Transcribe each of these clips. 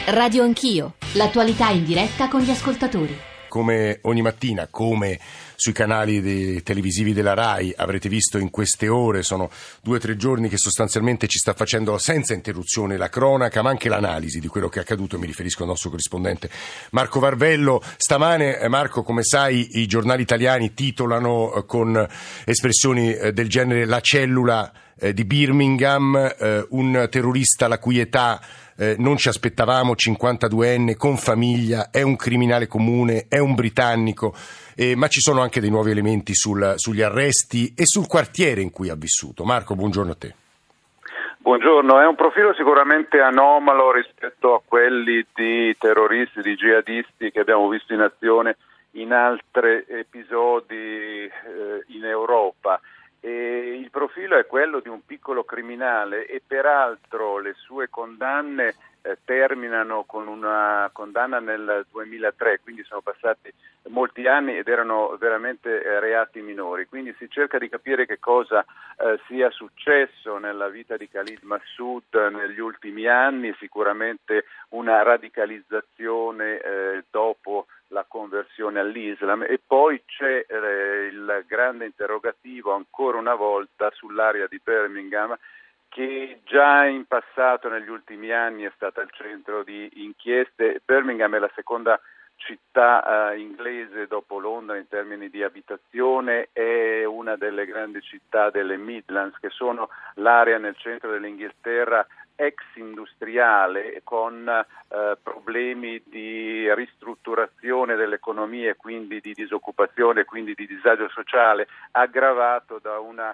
Radio Anch'io, l'attualità in diretta con gli ascoltatori. Come ogni mattina, come sui canali televisivi della RAI, avrete visto in queste ore, sono 2 o 3 giorni che sostanzialmente ci sta facendo senza interruzione la cronaca, ma anche l'analisi di quello che è accaduto. Mi riferisco al nostro corrispondente Marco Varvello. Stamane, Marco, come sai, i giornali italiani titolano con espressioni del genere: la cellula di Birmingham, un terrorista la cui età non ci aspettavamo, 52enne, con famiglia, è un criminale comune, è un britannico, ma ci sono anche dei nuovi elementi sugli arresti e sul quartiere in cui ha vissuto. Marco, buongiorno a te. Buongiorno, è un profilo sicuramente anomalo rispetto a quelli di terroristi, di jihadisti che abbiamo visto in azione in altri episodi in Europa. E il profilo è quello di un piccolo criminale e peraltro le sue condanne terminano con una condanna nel 2003, quindi sono passati molti anni ed erano veramente reati minori. Quindi si cerca di capire che cosa sia successo nella vita di Khalid Massoud negli ultimi anni, sicuramente una radicalizzazione dopo la conversione all'Islam, e poi c'è il grande interrogativo ancora una volta sull'area di Birmingham, che già in passato negli ultimi anni è stata al centro di inchieste. Birmingham è la seconda città inglese dopo Londra in termini di abitazione, è una delle grandi città delle Midlands, che sono l'area nel centro dell'Inghilterra ex industriale, con problemi di ristrutturazione dell'economia e quindi di disoccupazione e quindi di disagio sociale, aggravato da una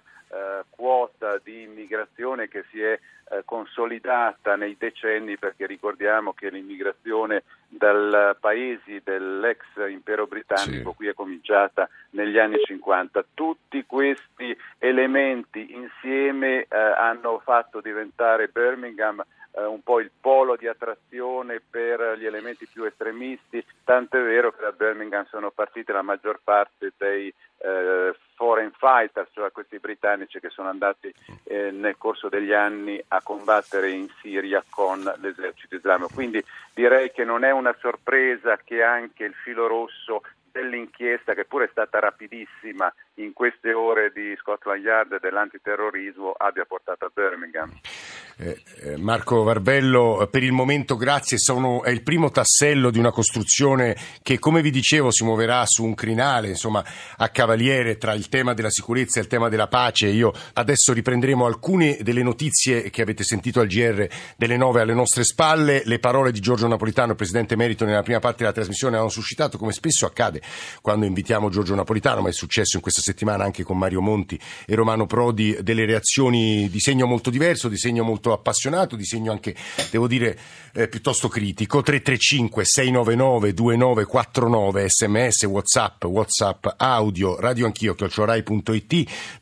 quota di immigrazione che si è consolidata nei decenni, perché ricordiamo che l'immigrazione dai paesi dell'ex impero britannico qui è cominciata negli anni 50. Tutti questi elementi insieme hanno fatto diventare Birmingham un po' il polo di attrazione per gli elementi più estremisti, tant'è vero che da Birmingham sono partite la maggior parte dei foreign fighters, cioè questi britannici che sono andati nel corso degli anni a combattere in Siria con l'esercito islamico. Quindi direi che non è una sorpresa che anche il filo rosso dell'inchiesta, che pure è stata rapidissima in queste ore di Scotland Yard e dell'antiterrorismo, abbia portato a Birmingham. Marco Varvello, per il momento grazie, è il primo tassello di una costruzione che, come vi dicevo, si muoverà su un crinale, insomma, a cavaliere tra il tema della sicurezza e il tema della pace. Io adesso riprenderemo alcune delle notizie che avete sentito al GR delle 9 alle nostre spalle. Le parole di Giorgio Napolitano, presidente emerito, nella prima parte della trasmissione hanno suscitato, come spesso accade quando invitiamo Giorgio Napolitano, ma è successo in questa settimana anche con Mario Monti e Romano Prodi, delle reazioni di segno molto diverso, di segno molto appassionato, di segno anche, devo dire, piuttosto critico. 335 699 2949, sms, whatsapp audio, radio anch'io @rai.it.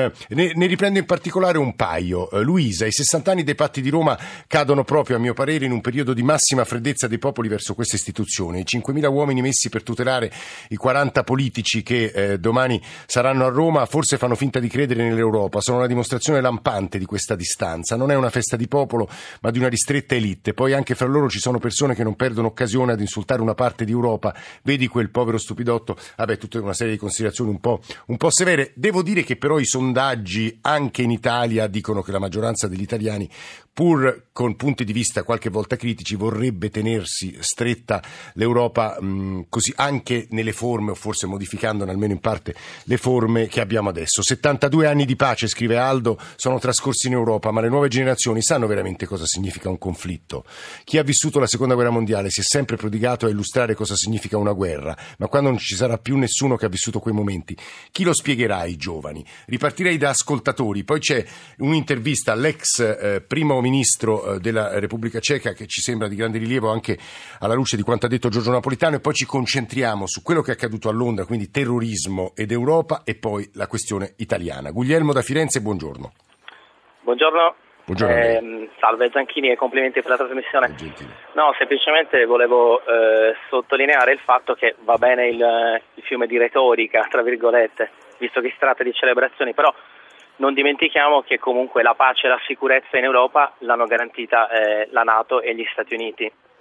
Ne riprendo in particolare un paio. Luisa: i 60 anni dei patti di Roma cadono proprio, a mio parere, in un periodo di massima freddezza dei popoli verso questa istituzione. I 5.000 uomini messi per tutelare i 40 politici che domani saranno a Roma forse fanno finta di credere nell'Europa, sono una dimostrazione lampante di questa distanza. Non è una festa di popolo, ma di una ristretta elite. Poi anche fra loro ci sono persone che non perdono occasione ad insultare una parte di Europa. Vedi quel povero stupidotto. Vabbè, tutta una serie di considerazioni un po' severe. Devo dire che però i sondaggi anche in Italia dicono che la maggioranza degli italiani, pur con punti di vista qualche volta critici, vorrebbe tenersi stretta l'Europa, così anche nelle forme, o forse modificandone almeno in parte le forme che abbiamo adesso. 72 anni di pace, scrive Aldo, sono trascorsi in Europa, ma le nuove generazioni sanno veramente cosa significa un conflitto. Chi ha vissuto la seconda guerra mondiale si è sempre prodigato a illustrare cosa significa una guerra, ma quando non ci sarà più nessuno che ha vissuto quei momenti, chi lo spiegherà ai giovani? Ripartirei da ascoltatori, poi c'è un'intervista all'ex primo ministro della Repubblica Ceca che ci sembra di grande rilievo anche alla luce di quanto ha detto Giorgio Napolitano, e poi ci concentriamo su quello che è accaduto a Londra, quindi terrorismo ed Europa, e poi la questione italiana. Guglielmo da Firenze, buongiorno. Buongiorno. Buongiorno. Salve Zanchini e complimenti per la trasmissione. No, semplicemente volevo sottolineare il fatto che va bene il fiume di retorica, tra virgolette, visto che si tratta di celebrazioni, però non dimentichiamo che comunque la pace e la sicurezza in Europa l'hanno garantita la NATO e gli Stati Uniti.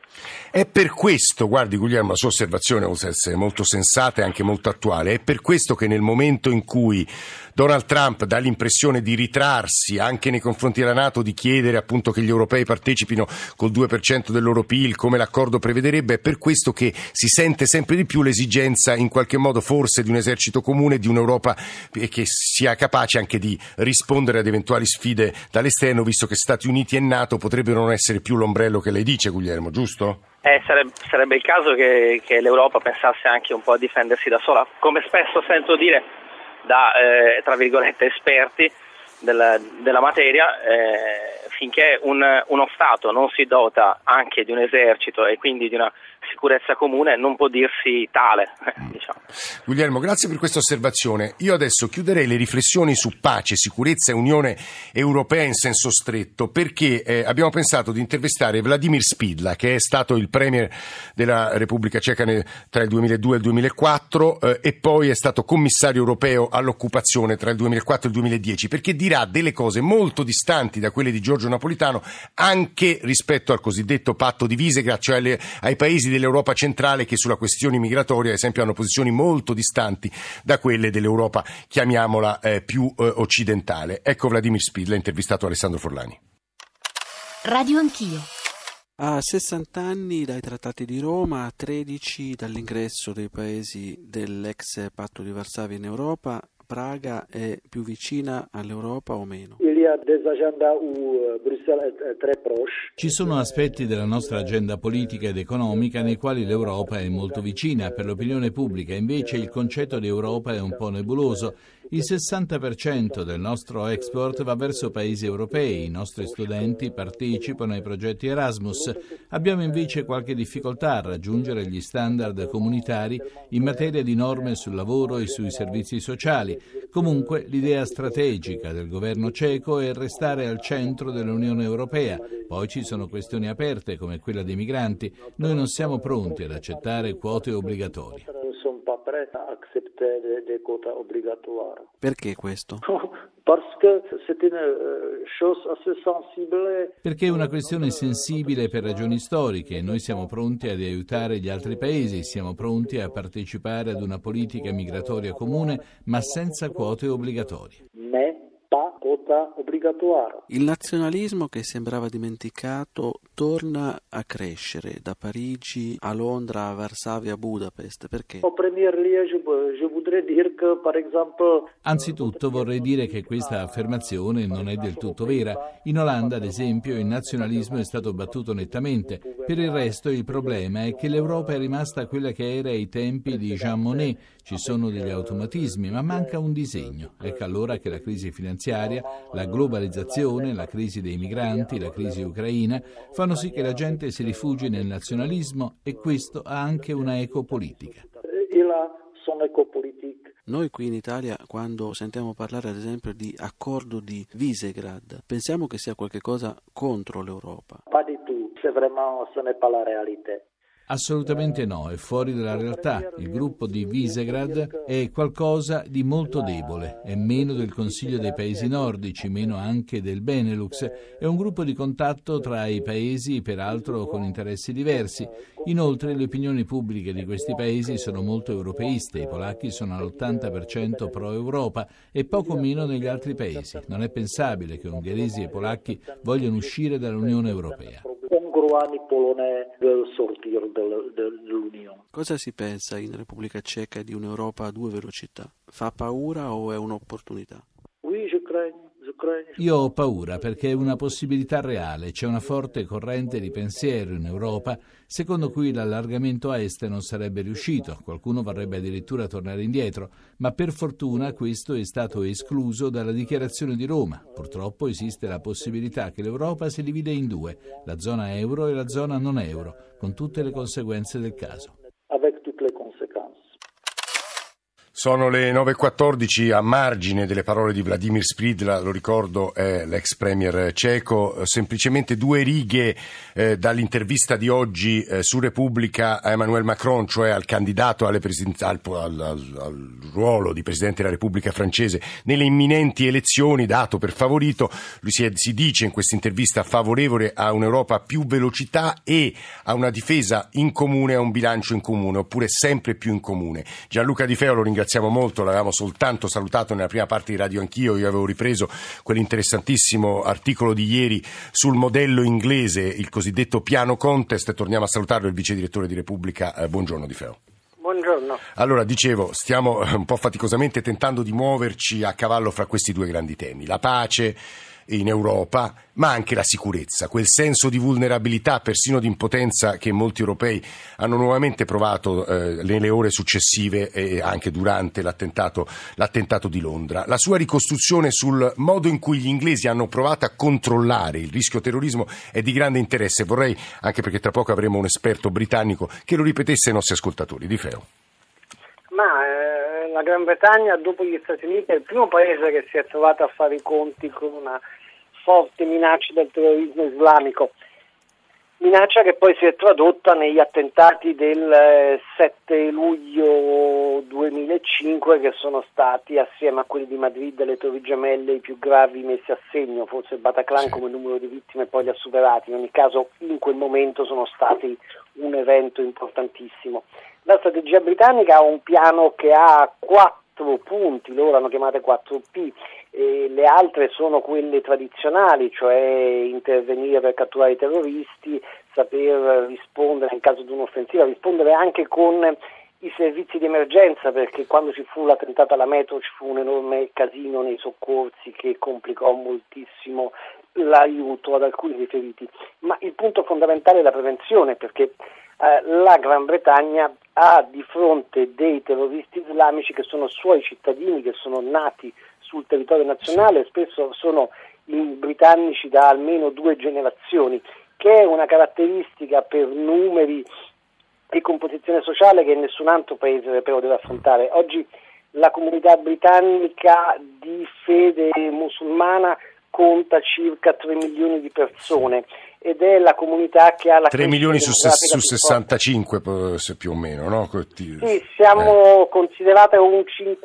È per questo, guardi Guglielmo, la sua osservazione oltre ad essere molto sensata e anche molto attuale, è per questo che nel momento in cui Donald Trump dà l'impressione di ritrarsi anche nei confronti della NATO, di chiedere appunto che gli europei partecipino col 2% del loro PIL come l'accordo prevederebbe, è per questo che si sente sempre di più l'esigenza in qualche modo forse di un esercito comune, di un'Europa che sia capace anche di rispondere ad eventuali sfide dall'esterno, visto che Stati Uniti e NATO potrebbero non essere più l'ombrello che lei dice, Guglielmo, giusto? Sarebbe il caso che l'Europa pensasse anche un po' a difendersi da sola, come spesso sento dire da, tra virgolette, esperti della materia, finché uno Stato non si dota anche di un esercito e quindi di una sicurezza comune non può dirsi tale, diciamo. Guglielmo, grazie per questa osservazione. Io adesso chiuderei le riflessioni su pace, sicurezza e Unione Europea in senso stretto, perché abbiamo pensato di intervistare Vladimir Špidla, che è stato il premier della Repubblica Ceca tra il 2002 e il 2004 e poi è stato commissario europeo all'occupazione tra il 2004 e il 2010, perché dirà delle cose molto distanti da quelle di Giorgio Napolitano anche rispetto al cosiddetto patto di Visegrad, cioè ai paesi dell'Europa centrale che sulla questione migratoria, ad esempio, hanno posizioni molto distanti da quelle dell'Europa, chiamiamola più occidentale. Ecco Vladimir Špidla, intervistato Alessandro Forlani. Radio Anch'io. A 60 anni dai trattati di Roma, a 13 dall'ingresso dei paesi dell'ex patto di Varsavia in Europa, Praga è più vicina all'Europa o meno? Ci sono aspetti della nostra agenda politica ed economica nei quali l'Europa è molto vicina. Per l'opinione pubblica invece il concetto di Europa è un po' nebuloso. Il 60% del nostro export va verso paesi europei, i nostri studenti partecipano ai progetti Erasmus. Abbiamo invece qualche difficoltà a raggiungere gli standard comunitari in materia di norme sul lavoro e sui servizi sociali. Comunque l'idea strategica del governo ceco è restare al centro dell'Unione Europea. Poi ci sono questioni aperte come quella dei migranti. Noi non siamo pronti ad accettare quote obbligatorie. Perché questo? Perché è una questione sensibile per ragioni storiche. Noi siamo pronti ad aiutare gli altri paesi, siamo pronti a partecipare ad una politica migratoria comune, ma senza quote obbligatorie. Il nazionalismo che sembrava dimenticato torna a crescere da Parigi a Londra, a Varsavia, a Budapest. Perché? Anzitutto vorrei dire che questa affermazione non è del tutto vera. In Olanda, ad esempio, il nazionalismo è stato battuto nettamente. Per il resto il problema è che l'Europa è rimasta quella che era ai tempi di Jean Monnet. Ci sono degli automatismi, ma manca un disegno. Ecco allora che la crisi finanziaria, la globalizzazione, la crisi dei migranti, la crisi ucraina fanno sì che la gente si rifugi nel nazionalismo e questo ha anche una ecopolitica. Noi qui in Italia, quando sentiamo parlare ad esempio di accordo di Visegrad, pensiamo che sia qualcosa contro l'Europa. Assolutamente no, è fuori dalla realtà. Il gruppo di Visegrad è qualcosa di molto debole, è meno del Consiglio dei Paesi nordici, meno anche del Benelux. È un gruppo di contatto tra i paesi, peraltro con interessi diversi. Inoltre le opinioni pubbliche di questi paesi sono molto europeiste, i polacchi sono all'80% pro-Europa e poco meno negli altri paesi. Non è pensabile che ungheresi e polacchi vogliano uscire dall'Unione Europea. Cosa si pensa in Repubblica Ceca di un'Europa a due velocità? Fa paura o è un'opportunità? Io ho paura perché è una possibilità reale. C'è una forte corrente di pensiero in Europa secondo cui l'allargamento a est non sarebbe riuscito. Qualcuno vorrebbe addirittura tornare indietro, ma per fortuna questo è stato escluso dalla dichiarazione di Roma. Purtroppo esiste la possibilità che l'Europa si divide in due, la zona euro e la zona non euro, con tutte le conseguenze del caso. Sono le 9.14, a margine delle parole di Vladimir Spridla, lo ricordo, è l'ex premier ceco, semplicemente due righe dall'intervista di oggi su Repubblica a Emmanuel Macron, cioè al candidato al ruolo di Presidente della Repubblica francese nelle imminenti elezioni, dato per favorito. Lui si dice in questa intervista favorevole a un'Europa a più velocità e a una difesa in comune, a un bilancio in comune, oppure sempre più in comune. Gianluca Di Feo lo ringraziamo molto, l'avevamo soltanto salutato nella prima parte di Radio Anch'io, io avevo ripreso quell'interessantissimo articolo di ieri sul modello inglese, il cosiddetto piano Contest. Torniamo a salutarlo, il vice direttore di Repubblica. Buongiorno Di Feo. Buongiorno. Allora, dicevo, stiamo un po' faticosamente tentando di muoverci a cavallo fra questi due grandi temi, la pace in Europa, ma anche la sicurezza, quel senso di vulnerabilità, persino di impotenza che molti europei hanno nuovamente provato nelle ore successive e anche durante l'attentato di Londra. La sua ricostruzione sul modo in cui gli inglesi hanno provato a controllare il rischio terrorismo è di grande interesse. Vorrei, anche perché tra poco avremo un esperto britannico, che lo ripetesse ai nostri ascoltatori. Di Feo. La Gran Bretagna, dopo gli Stati Uniti, è il primo paese che si è trovato a fare i conti con una forte minaccia del terrorismo islamico, minaccia che poi si è tradotta negli attentati del 7 luglio 2005, che sono stati, assieme a quelli di Madrid e le Torri Gemelle, i più gravi messi a segno. Forse il Bataclan come numero di vittime poi li ha superati, in ogni caso in quel momento sono stati un evento importantissimo. La strategia britannica ha un piano che ha 4 punti, loro hanno chiamate 4P, e le altre sono quelle tradizionali, cioè intervenire per catturare i terroristi, saper rispondere in caso di un'offensiva, rispondere anche con i servizi di emergenza, perché quando ci fu l'attentato alla metro ci fu un enorme casino nei soccorsi che complicò moltissimo l'aiuto ad alcuni dei feriti. Ma il punto fondamentale è la prevenzione, perché la Gran Bretagna ha di fronte dei terroristi islamici che sono suoi cittadini, che sono nati sul territorio nazionale, spesso sono britannici da almeno 2 generazioni, che è una caratteristica per numeri e composizione sociale che nessun altro paese europeo deve affrontare. Oggi la comunità britannica di fede musulmana conta circa 3 milioni di persone ed è la comunità che ha la 3 milioni su 65 se più o meno, no? Sì, siamo considerate un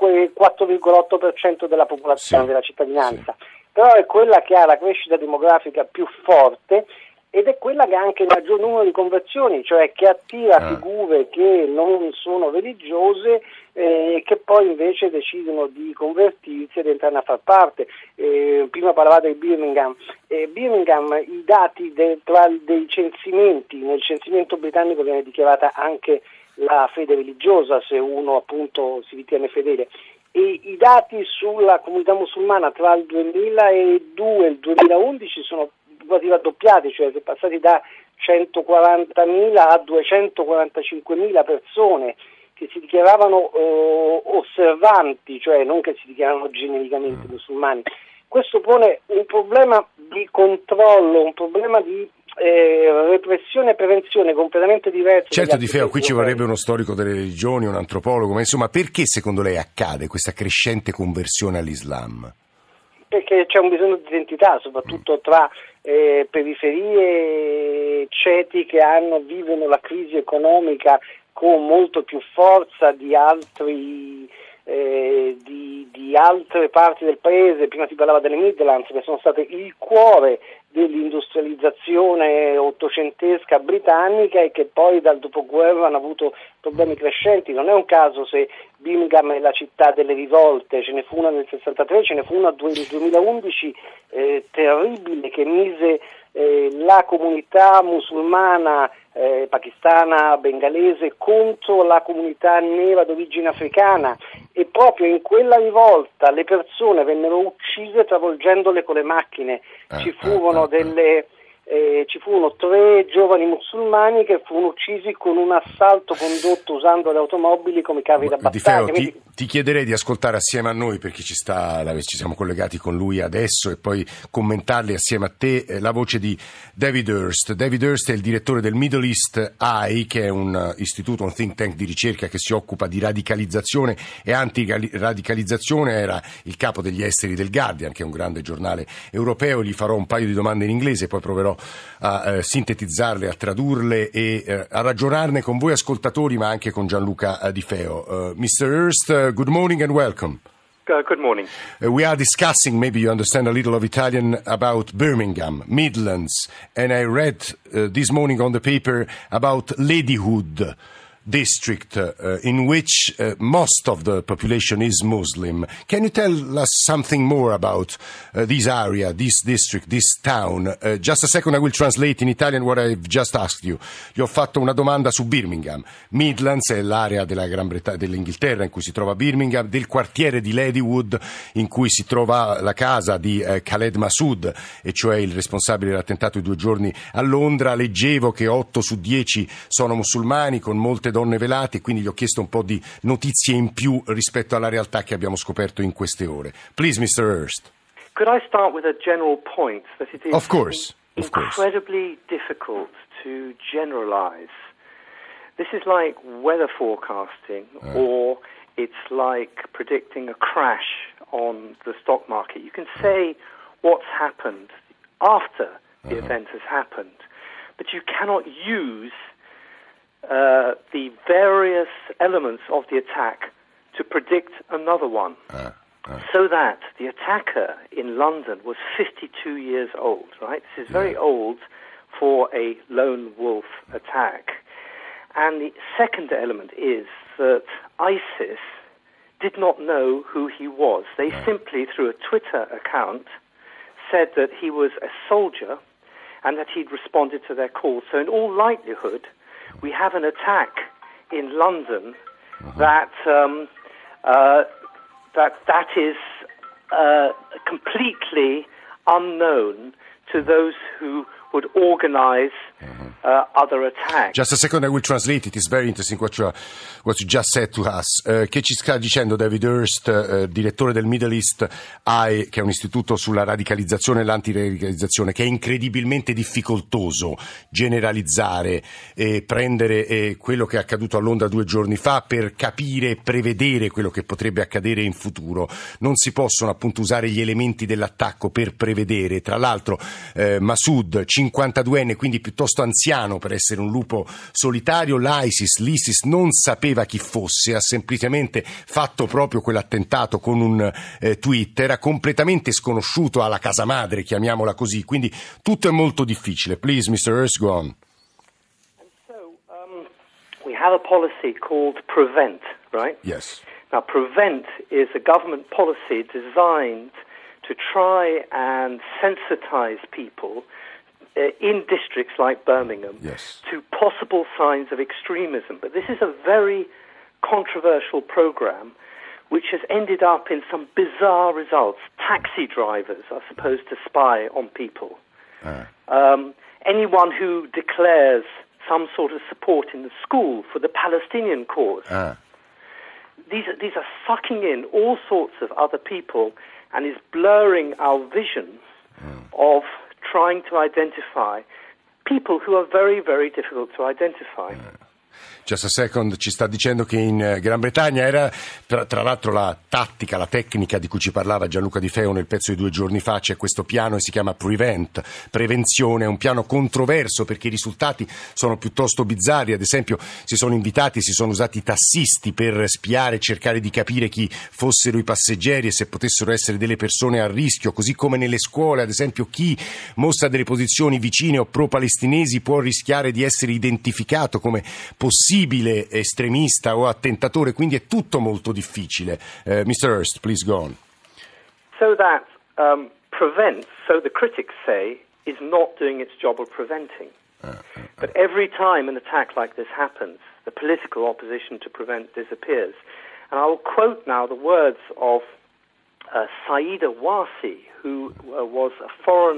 4,8% della popolazione, della cittadinanza, però è quella che ha la crescita demografica più forte ed è quella che ha anche il maggior numero di conversioni, cioè che attira figure che non sono religiose e che poi invece decidono di convertirsi ed entrare a far parte. Prima parlavate di Birmingham. Birmingham, i dati dei censimenti, nel censimento britannico viene dichiarata anche la fede religiosa, se uno appunto si ritiene fedele. E i dati sulla comunità musulmana tra il 2002 e il 2011 sono quasi raddoppiati, cioè si è passati da 140.000 a 245.000 persone che si dichiaravano osservanti, cioè non che si dichiaravano genericamente musulmani. Questo pone un problema di controllo, un problema di repressione e prevenzione completamente diverso. Certo, Di Feo, qui ci vorrebbe uno storico delle religioni, un antropologo, ma insomma, perché secondo lei accade questa crescente conversione all'Islam? Perché c'è un bisogno di identità, soprattutto tra periferie ceti che vivono la crisi economica con molto più forza di altre parti del paese. Prima si parlava delle Midlands, che sono state il cuore dell'industrializzazione ottocentesca britannica e che poi dal dopoguerra hanno avuto problemi crescenti. Non è un caso se Birmingham è la città delle rivolte, ce ne fu una nel 63, ce ne fu una nel 2011 terribile, che mise la comunità musulmana pakistana, bengalese contro la comunità nera d'origine africana, e proprio in quella rivolta le persone vennero uccise travolgendole con le macchine. Ci furono delle ci furono 3 giovani musulmani che furono uccisi con un assalto condotto usando le automobili come carri da battaglia. Di Feo, ti chiederei di ascoltare assieme a noi, perché ci siamo collegati con lui adesso, e poi commentarli assieme a te la voce di David Hurst. David Hurst è il direttore del Middle East Eye, che è un istituto, un think tank di ricerca che si occupa di radicalizzazione e antiradicalizzazione. Era il capo degli esteri del Guardian, che è un grande giornale europeo. Gli farò un paio di domande in inglese, poi proverò a sintetizzarle, a tradurle e a ragionarne con voi ascoltatori, ma anche con Gianluca Di Feo. Mr. Hurst, good morning and welcome. Good morning. We are discussing, maybe you understand a little of Italian, about Birmingham, Midlands, and I read this morning on the paper about Ladyhood district in which most of the population is Muslim. Can you tell us something more about this area, this district, this town? Just a second, I will translate in Italian what I've just asked you. Gli ho fatto una domanda su Birmingham. Midlands è l'area della Gran Bretagna, dell'Inghilterra in cui si trova Birmingham, del quartiere di Ladywood in cui si trova la casa di Khaled Massoud, e cioè il responsabile dell'attentato di 2 giorni a Londra. Leggevo che 8 su 10 sono musulmani, con molte donne velate, quindi gli ho chiesto un po' di notizie in più rispetto alla realtà che abbiamo scoperto in queste ore. Please, Mr. Hurst. Could I start with a general point that it is Of course. incredibly difficult to generalize. This is like weather forecasting, or it's like predicting a crash on the stock market. You can say what's happened after the event has happened, but you cannot use the various elements of the attack to predict another one. So that the attacker in London was 52 years old, right? This is very old for a lone wolf attack. And the second element is that ISIS did not know who he was. They simply, through a Twitter account, said that he was a soldier and that he'd responded to their calls. So in all likelihood, we have an attack in London that is completely unknown to those who would organize other attacks. Just a second, I will translate it. It's very interesting what you just said to us. Che ci sta dicendo David Hurst, direttore del Middle East Eye, che è un istituto sulla radicalizzazione e l'antiradicalizzazione, che è incredibilmente difficoltoso generalizzare e prendere quello che è accaduto a Londra 2 giorni fa per capire e prevedere quello che potrebbe accadere in futuro. Non si possono appunto usare gli elementi dell'attacco per prevedere. Tra l'altro Massoud, 52enne, quindi piuttosto anziano per essere un lupo solitario, l'ISIS non sapeva chi fosse, ha semplicemente fatto proprio quell'attentato con un tweet, era completamente sconosciuto alla casa madre, chiamiamola così, quindi tutto è molto difficile. Please, Mr. Hurst, go on. So, we have a policy called PREVENT, right? Yes. Now, PREVENT is a government policy designed to try and sensitize people in districts like Birmingham to possible signs of extremism. But this is a very controversial program which has ended up in some bizarre results. Taxi drivers are supposed to spy on people. Anyone who declares some sort of support in the school for the Palestinian cause. These are sucking in all sorts of other people and is blurring our vision of trying to identify people who are very, very difficult to identify. Just a second, ci sta dicendo che in Gran Bretagna era, tra l'altro la tattica, la tecnica di cui ci parlava Gianluca Di Feo nel pezzo di 2 giorni fa, c'è questo piano che si chiama Prevent, prevenzione, è un piano controverso perché i risultati sono piuttosto bizzarri. Ad esempio si sono usati i tassisti per spiare e cercare di capire chi fossero i passeggeri e se potessero essere delle persone a rischio, così come nelle scuole, ad esempio chi mostra delle posizioni vicine o pro-palestinesi può rischiare di essere identificato come possibile estremista o attentatore, quindi è tutto molto difficile. Mr. Hurst, please go on. So that prevents, so the critics say, is not doing its job of preventing. But every time an attack like this happens, the political opposition to prevent disappears. And I will quote now the words of Saida Wasi, who was a foreign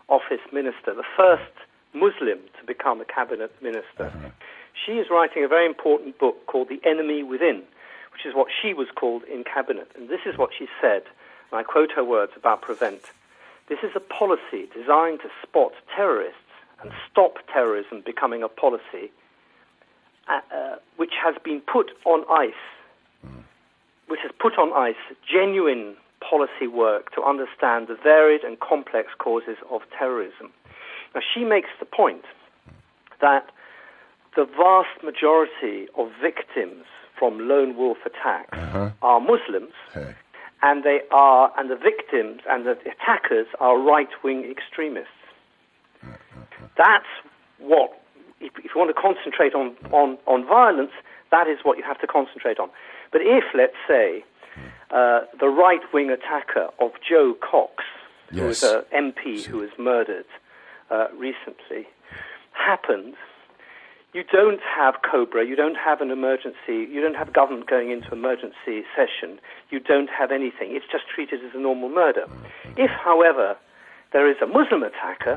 office minister, the first Muslim to become a cabinet minister. She is writing a very important book called The Enemy Within, which is what she was called in cabinet. And this is what she said, and I quote her words about PREVENT. This is a policy designed to spot terrorists and stop terrorism becoming a policy which has been put on ice, which has put on ice genuine policy work to understand the varied and complex causes of terrorism. Now, she makes the point that the vast majority of victims from lone wolf attacks are Muslims, and the victims and the attackers are right-wing extremists. That's what, if you want to concentrate on violence, that is what you have to concentrate on. But if, let's say, the right-wing attacker of Joe Cox, who was an MP who was murdered recently, happens, you don't have COBRA, you don't have an emergency, you don't have government going into emergency session, you don't have anything. It's just treated as a normal murder. If, however, there is a Muslim attacker,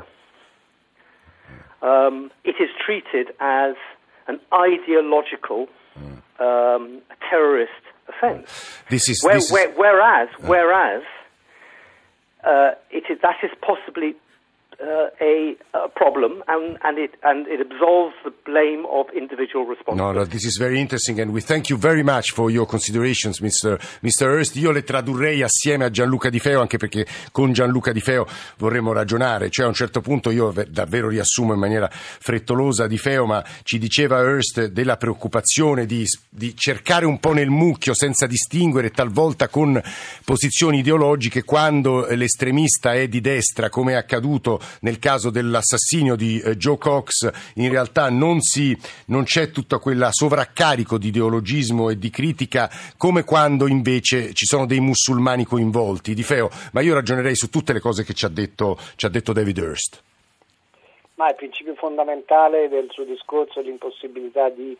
it is treated as an ideological terrorist offence. Whereas that is possibly a problem, and it absolves the blame of individual responsibility. No, this is very interesting, and we thank you very much for your considerations, Mr. Hurst. Io le tradurrei assieme a Gianluca Di Feo, anche perché con Gianluca Di Feo vorremmo ragionare. Cioè, a un certo punto io davvero riassumo in maniera frettolosa Di Feo, ma ci diceva Hurst della preoccupazione di cercare un po' nel mucchio, senza distinguere, talvolta con posizioni ideologiche, quando l'estremista è di destra, come è accaduto nel caso dell'assassinio di Joe Cox. In realtà non c'è tutta quella sovraccarico di ideologismo e di critica, come quando invece ci sono dei musulmani coinvolti. Di Feo, ma io ragionerei su tutte le cose che ci ha detto David Hurst. Ma il principio fondamentale del suo discorso è l'impossibilità di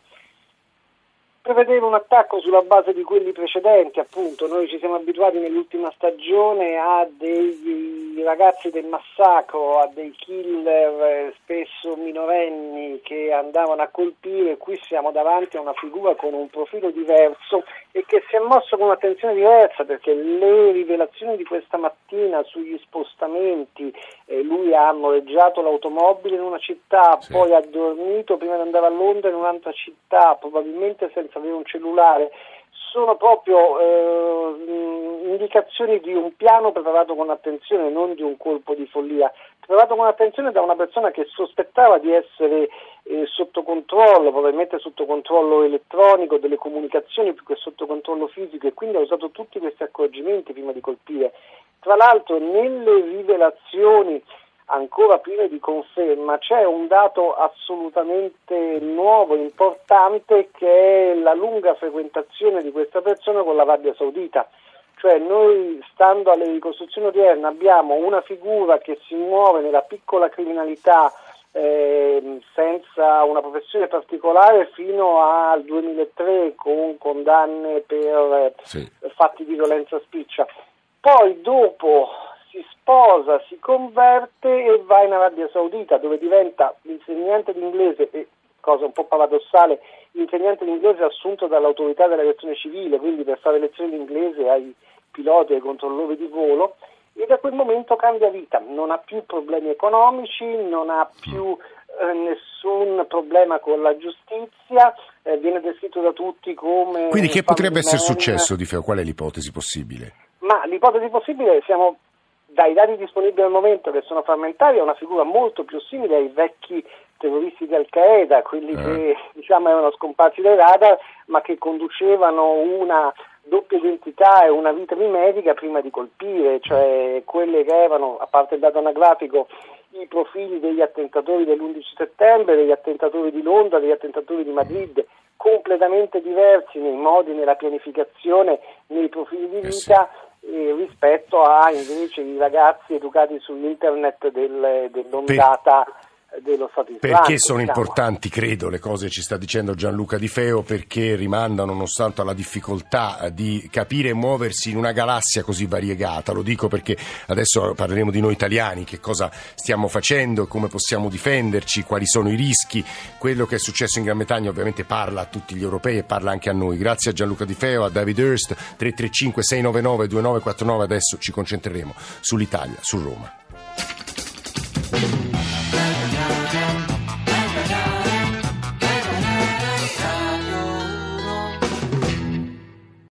prevedere un attacco sulla base di quelli precedenti. Appunto, noi ci siamo abituati nell'ultima stagione a dei ragazzi del massacro, a dei killer spesso minorenni che andavano a colpire. Qui siamo davanti a una figura con un profilo diverso e che si è mosso con un'attenzione diversa, perché le rivelazioni di questa mattina sugli spostamenti, lui ha noleggiato l'automobile in una città, poi ha dormito prima di andare a Londra in un'altra città, probabilmente senza avere un cellulare, sono proprio indicazioni di un piano preparato con attenzione, non di un colpo di follia, preparato con attenzione da una persona che sospettava di essere sotto controllo, probabilmente sotto controllo elettronico delle comunicazioni più che sotto controllo fisico, e quindi ha usato tutti questi accorgimenti prima di colpire. Tra l'altro, nelle rivelazioni ancora prima di conferma c'è un dato assolutamente nuovo, importante, che è la lunga frequentazione di questa persona con l'Arabia Saudita. Cioè, noi, stando alle ricostruzioni odierne, abbiamo una figura che si muove nella piccola criminalità senza una professione particolare fino al 2003, con condanne per fatti di violenza spiccia. Poi dopo si sposa, si converte e va in Arabia Saudita, dove diventa insegnante di inglese, e, cosa un po' paradossale, insegnante di inglese assunto dall'autorità dell'aviazione civile, quindi per fare lezioni di inglese ai piloti e ai controllori di volo, e da quel momento cambia vita, non ha più problemi economici, non ha più nessun problema con la giustizia, viene descritto da tutti come... Quindi che potrebbe essere successo, Di Feo? Qual è l'ipotesi possibile? Ma l'ipotesi possibile, siamo dai dati disponibili al momento, che sono frammentari, è una figura molto più simile ai vecchi terroristi di Al-Qaeda, quelli che erano scomparsi dai radar, ma che conducevano una doppia identità e una vita mimetica prima di colpire, cioè quelle che erano, a parte il dato anagrafico, i profili degli attentatori dell'11 settembre, degli attentatori di Londra, degli attentatori di Madrid, completamente diversi nei modi, nella pianificazione, nei profili di vita, rispetto a invece i ragazzi educati su internet dell'ondata dello Stato islamico. Perché sono importanti, credo, le cose che ci sta dicendo Gianluca Di Feo, perché rimandano non soltanto alla difficoltà di capire e muoversi in una galassia così variegata. Lo dico perché adesso parleremo di noi italiani, che cosa stiamo facendo, come possiamo difenderci, quali sono i rischi. Quello che è successo in Gran Bretagna ovviamente parla a tutti gli europei e parla anche a noi. Grazie a Gianluca Di Feo, a David Hurst. 335 699 2949. Adesso ci concentreremo sull'Italia, su Roma.